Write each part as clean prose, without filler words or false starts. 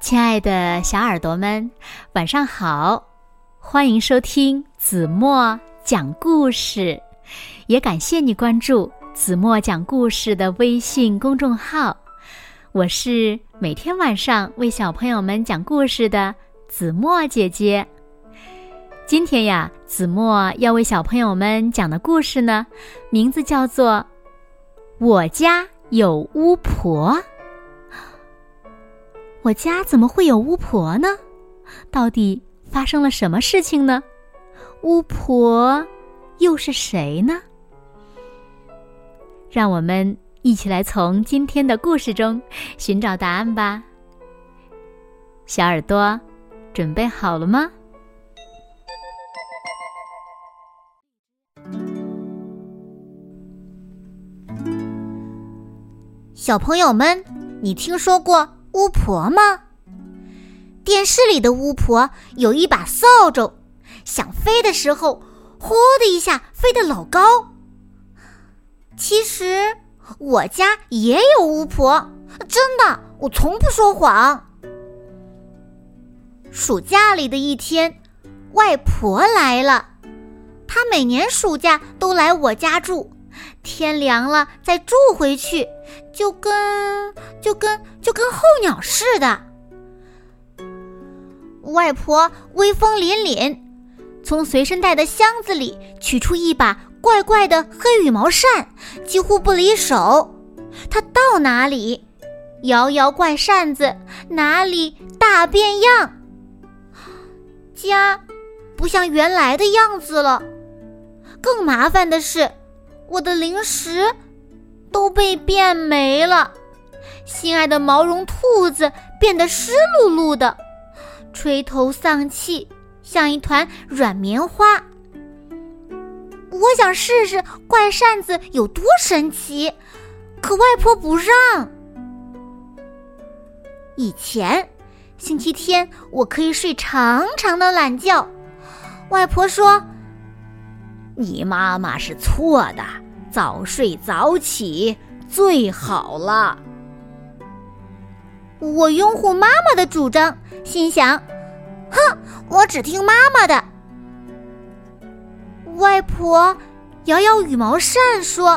亲爱的小耳朵们，晚上好，欢迎收听子墨讲故事，也感谢你关注子墨讲故事的微信公众号。我是每天晚上为小朋友们讲故事的子墨姐姐。今天呀，子墨要为小朋友们讲的故事呢，名字叫做我家有巫婆。我家怎么会有巫婆呢？到底发生了什么事情呢？巫婆又是谁呢？让我们一起来从今天的故事中寻找答案吧。小耳朵，准备好了吗？ 小朋友们，你听说过巫婆吗？电视里的巫婆有一把扫帚，想飞的时候呼的一下飞得老高。其实我家也有巫婆，真的，我从不说谎。暑假里的一天，外婆来了，她每年暑假都来我家住，天凉了再住回去，就跟候鸟似的。外婆威风凛凛，从随身带的箱子里取出一把怪怪的黑羽毛扇，几乎不离手。她到哪里摇摇怪扇子，哪里大变样。家不像原来的样子了。更麻烦的是，我的零食都被变没了，心爱的毛绒兔子变得湿漉漉的，垂头丧气，像一团软棉花。我想试试怪扇子有多神奇，可外婆不让。以前星期天我可以睡长长的懒觉，外婆说， 你妈妈是错的，早睡早起最好了。 我拥护妈妈的主张，心想，哼，我只听妈妈的。外婆摇摇羽毛扇说，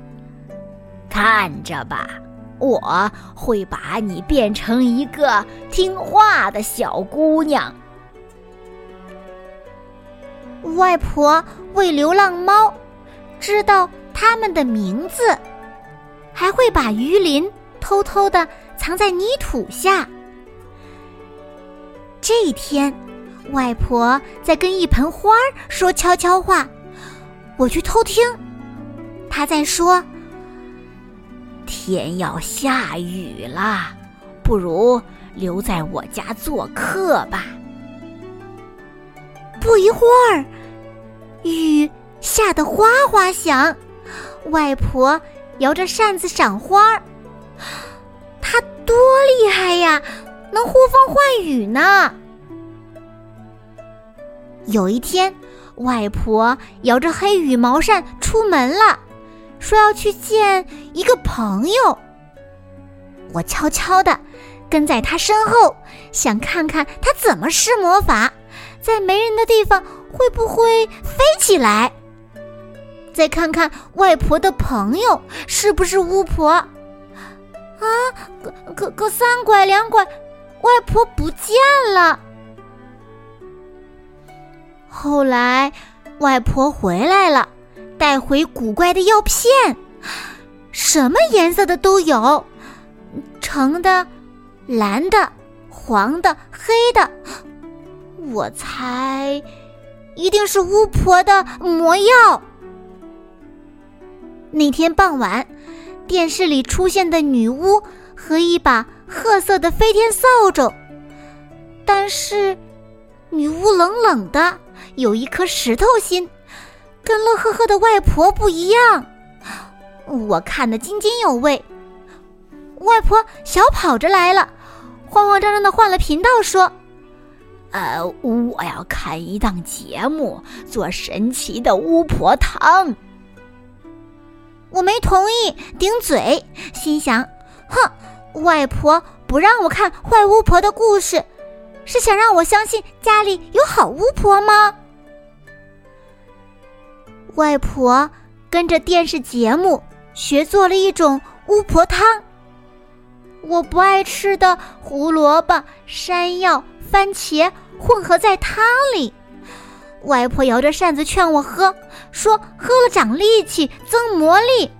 看着吧，我会把你变成一个听话的小姑娘。 外婆喂流浪猫，知道它们的名字，还会把鱼鳞偷偷地藏在泥土下。这一天，外婆在跟一盆花说悄悄话，我去偷听。她在说， 天要下雨了，不如留在我家做客吧。 不一会儿，雨下得哗哗响，外婆摇着扇子赏花。她多厉害呀，能呼风唤雨呢。有一天，外婆摇着黑羽毛扇出门了，说要去见一个朋友。我悄悄地跟在她身后，想看看她怎么施魔法，在没人的地方会不会飞起来，再看看外婆的朋友是不是巫婆。可三拐两拐，外婆不见了。后来外婆回来了，带回古怪的药片，什么颜色的都有，橙的、蓝的、黄的、黑的，我猜一定是巫婆的魔药。那天傍晚，电视里出现的女巫和一把褐色的飞天扫帚，但是女巫冷冷的，有一颗石头心，跟乐呵呵的外婆不一样。我看得津津有味。外婆小跑着来了，慌慌张张地换了频道说， 我要看一档节目，做神奇的巫婆汤。 我没同意，顶嘴，心想，哼， 外婆不让我看坏巫婆的故事，是想让我相信家里有好巫婆吗？外婆跟着电视节目学做了一种巫婆汤，我不爱吃的胡萝卜、山药、番茄混合在汤里。外婆摇着扇子劝我喝，说喝了长力气，增魔力。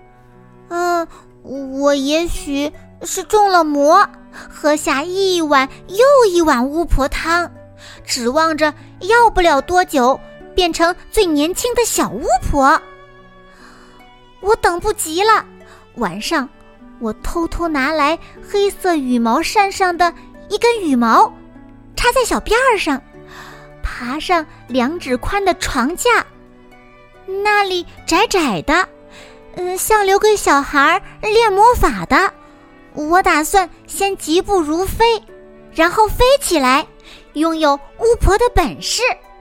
我也许是中了魔，喝下一碗又一碗巫婆汤，指望着要不了多久变成最年轻的小巫婆。我等不及了，晚上我偷偷拿来黑色羽毛扇上的一根羽毛，插在小辫儿上，爬上2指宽的床架，那里窄窄的，像留给小孩练魔法的。我打算先疾步如飞，然后飞起来，拥有巫婆的本事。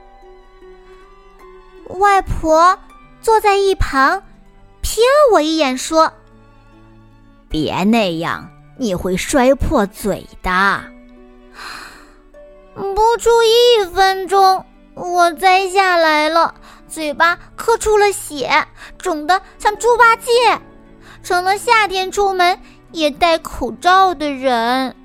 外婆坐在一旁，瞥我一眼说：“ 别那样，你会摔破嘴的。” 不出1分钟，我栽下来了，嘴巴磕出了血，肿得像猪八戒，成了夏天出门也戴口罩的人。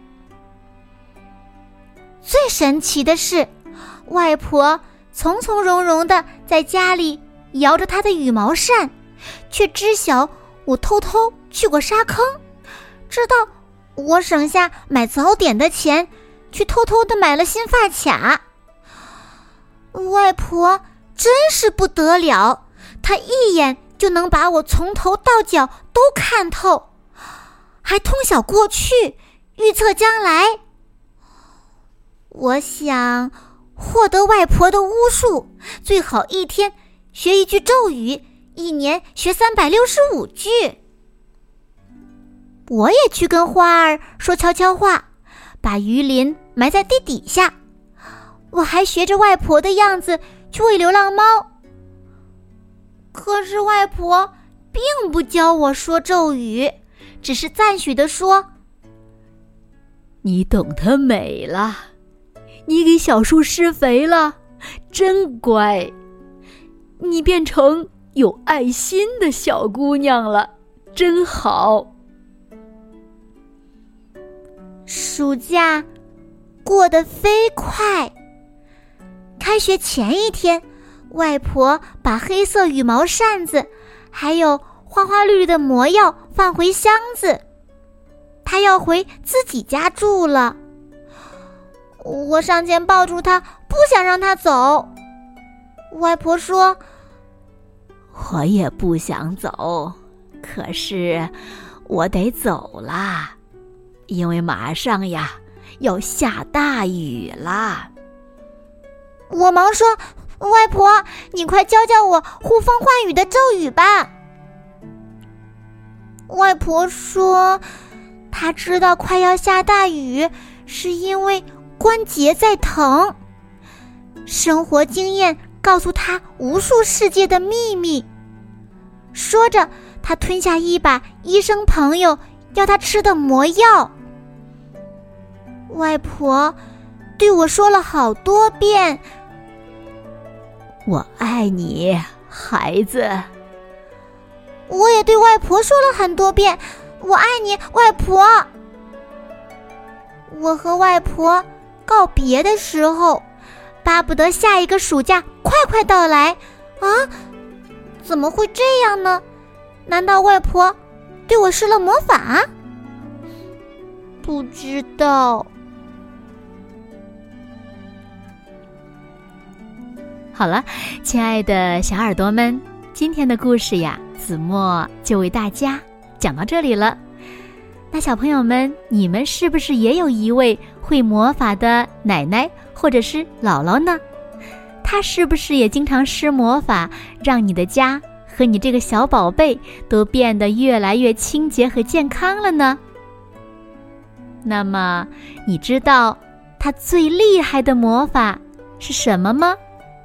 最神奇的是，外婆从从容容地在家里摇着她的羽毛扇，却知晓我偷偷去过沙坑，知道我省下买早点的钱，去偷偷地买了新发卡。外婆真是不得了，她一眼就能把我从头到脚都看透，还通晓过去，预测将来。我想获得外婆的巫术，最好一天学一句咒语，一年学365句。我也去跟花儿说悄悄话，把鱼鳞埋在地底下。我还学着外婆的样子去喂流浪猫。可是外婆并不教我说咒语，只是赞许地说：“ 你懂得美了，你给小树施肥了，真乖，你变成有爱心的小姑娘了，真好。” 暑假过得飞快。开学前一天，外婆把黑色羽毛扇子还有花花绿绿的魔药放回箱子，她要回自己家住了。我上前抱住她，不想让她走。外婆说：“ 我也不想走，可是我得走啦，因为马上呀要下大雨啦。” 我忙说：“外婆，你快教教我呼风唤雨的咒语吧。”外婆说：“她知道快要下大雨，是因为关节在疼。生活经验告诉她无数世界的秘密。”说着，她吞下一把医生朋友要她吃的魔药。外婆对我说了好多遍：“ 我爱你，孩子。” 我也对外婆说了很多遍：“我爱你，外婆。”我和外婆告别的时候，巴不得下一个暑假快快到来。怎么会这样呢？难道外婆对我施了魔法？不知道。 好了，亲爱的小耳朵们，今天的故事呀，子墨就为大家讲到这里了。那小朋友们，你们是不是也有一位会魔法的奶奶或者是姥姥呢？她是不是也经常施魔法，让你的家和你这个小宝贝都变得越来越清洁和健康了呢？那么，你知道她最厉害的魔法是什么吗？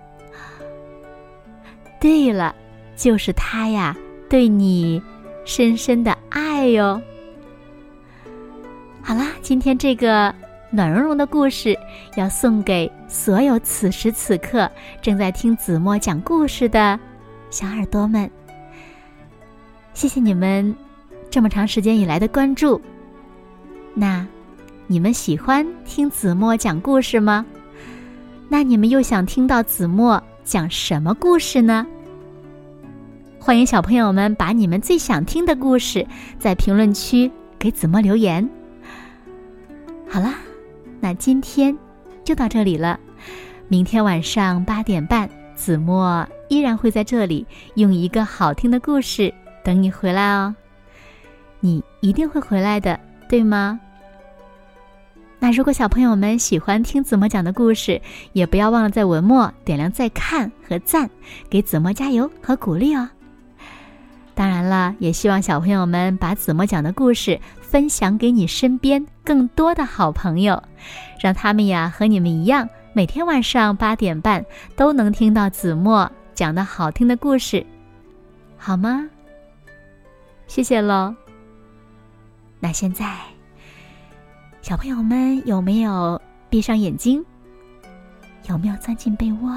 对了，就是他呀，对你深深的爱哟。 好啦，今天这个暖融融的故事要送给所有此时此刻正在听子墨讲故事的小耳朵们。谢谢你们这么长时间以来的关注。那你们喜欢听子墨讲故事吗？那你们又想听到子墨讲什么故事呢？欢迎小朋友们把你们最想听的故事在评论区给子墨留言。好啦，那今天就到这里了。明天晚上8点半，子墨依然会在这里用一个好听的故事等你回来哦。你一定会回来的，对吗？那如果小朋友们喜欢听子墨讲的故事，也不要忘了在文末点亮再看和赞，给子墨加油和鼓励哦。当然了，也希望小朋友们把子墨讲的故事分享给你身边更多的好朋友，让他们呀和你们一样，每天晚上8点半都能听到子墨讲的好听的故事，好吗？谢谢咯。那现在小朋友们有没有闭上眼睛？有没有钻进被窝？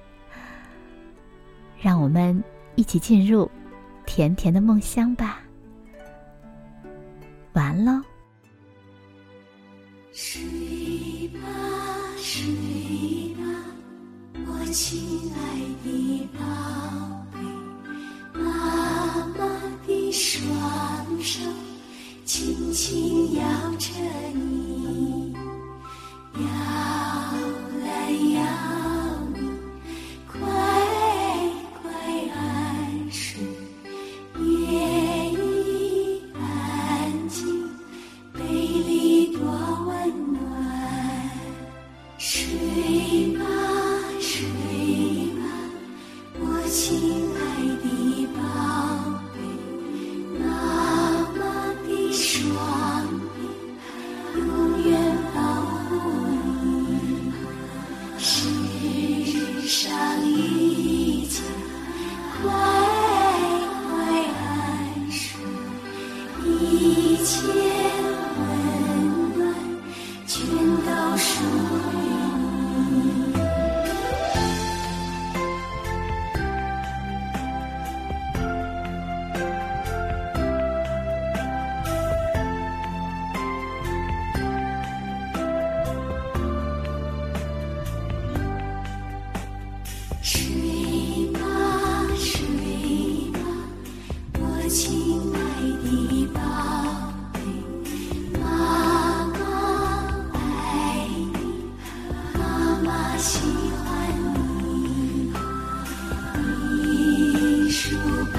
让我们一起进入甜甜的梦乡吧。完喽。 睡吧睡吧，我亲爱的宝贝，妈妈的双手轻轻摇着你，摇来摇你，快快安睡，夜已安静，被里多温暖。睡吧睡吧，我亲爱的宝贝，妈妈的双臂永远保护你，世上一切快快安睡，一切温暖全都属于你。睡吧睡吧，我亲爱的宝贝，妈妈爱你，妈妈喜欢你。一束百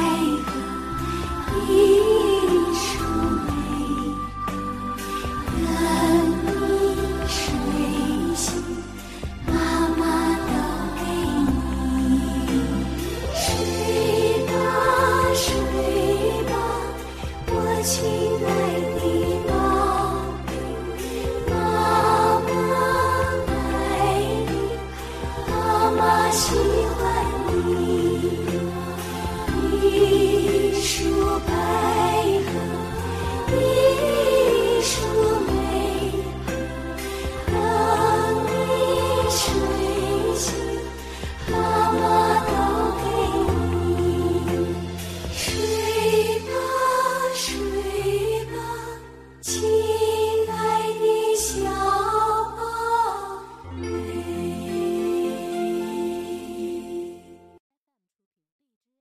合，一束玫瑰，任你睡醒，妈妈都给你。睡吧睡吧，我亲爱的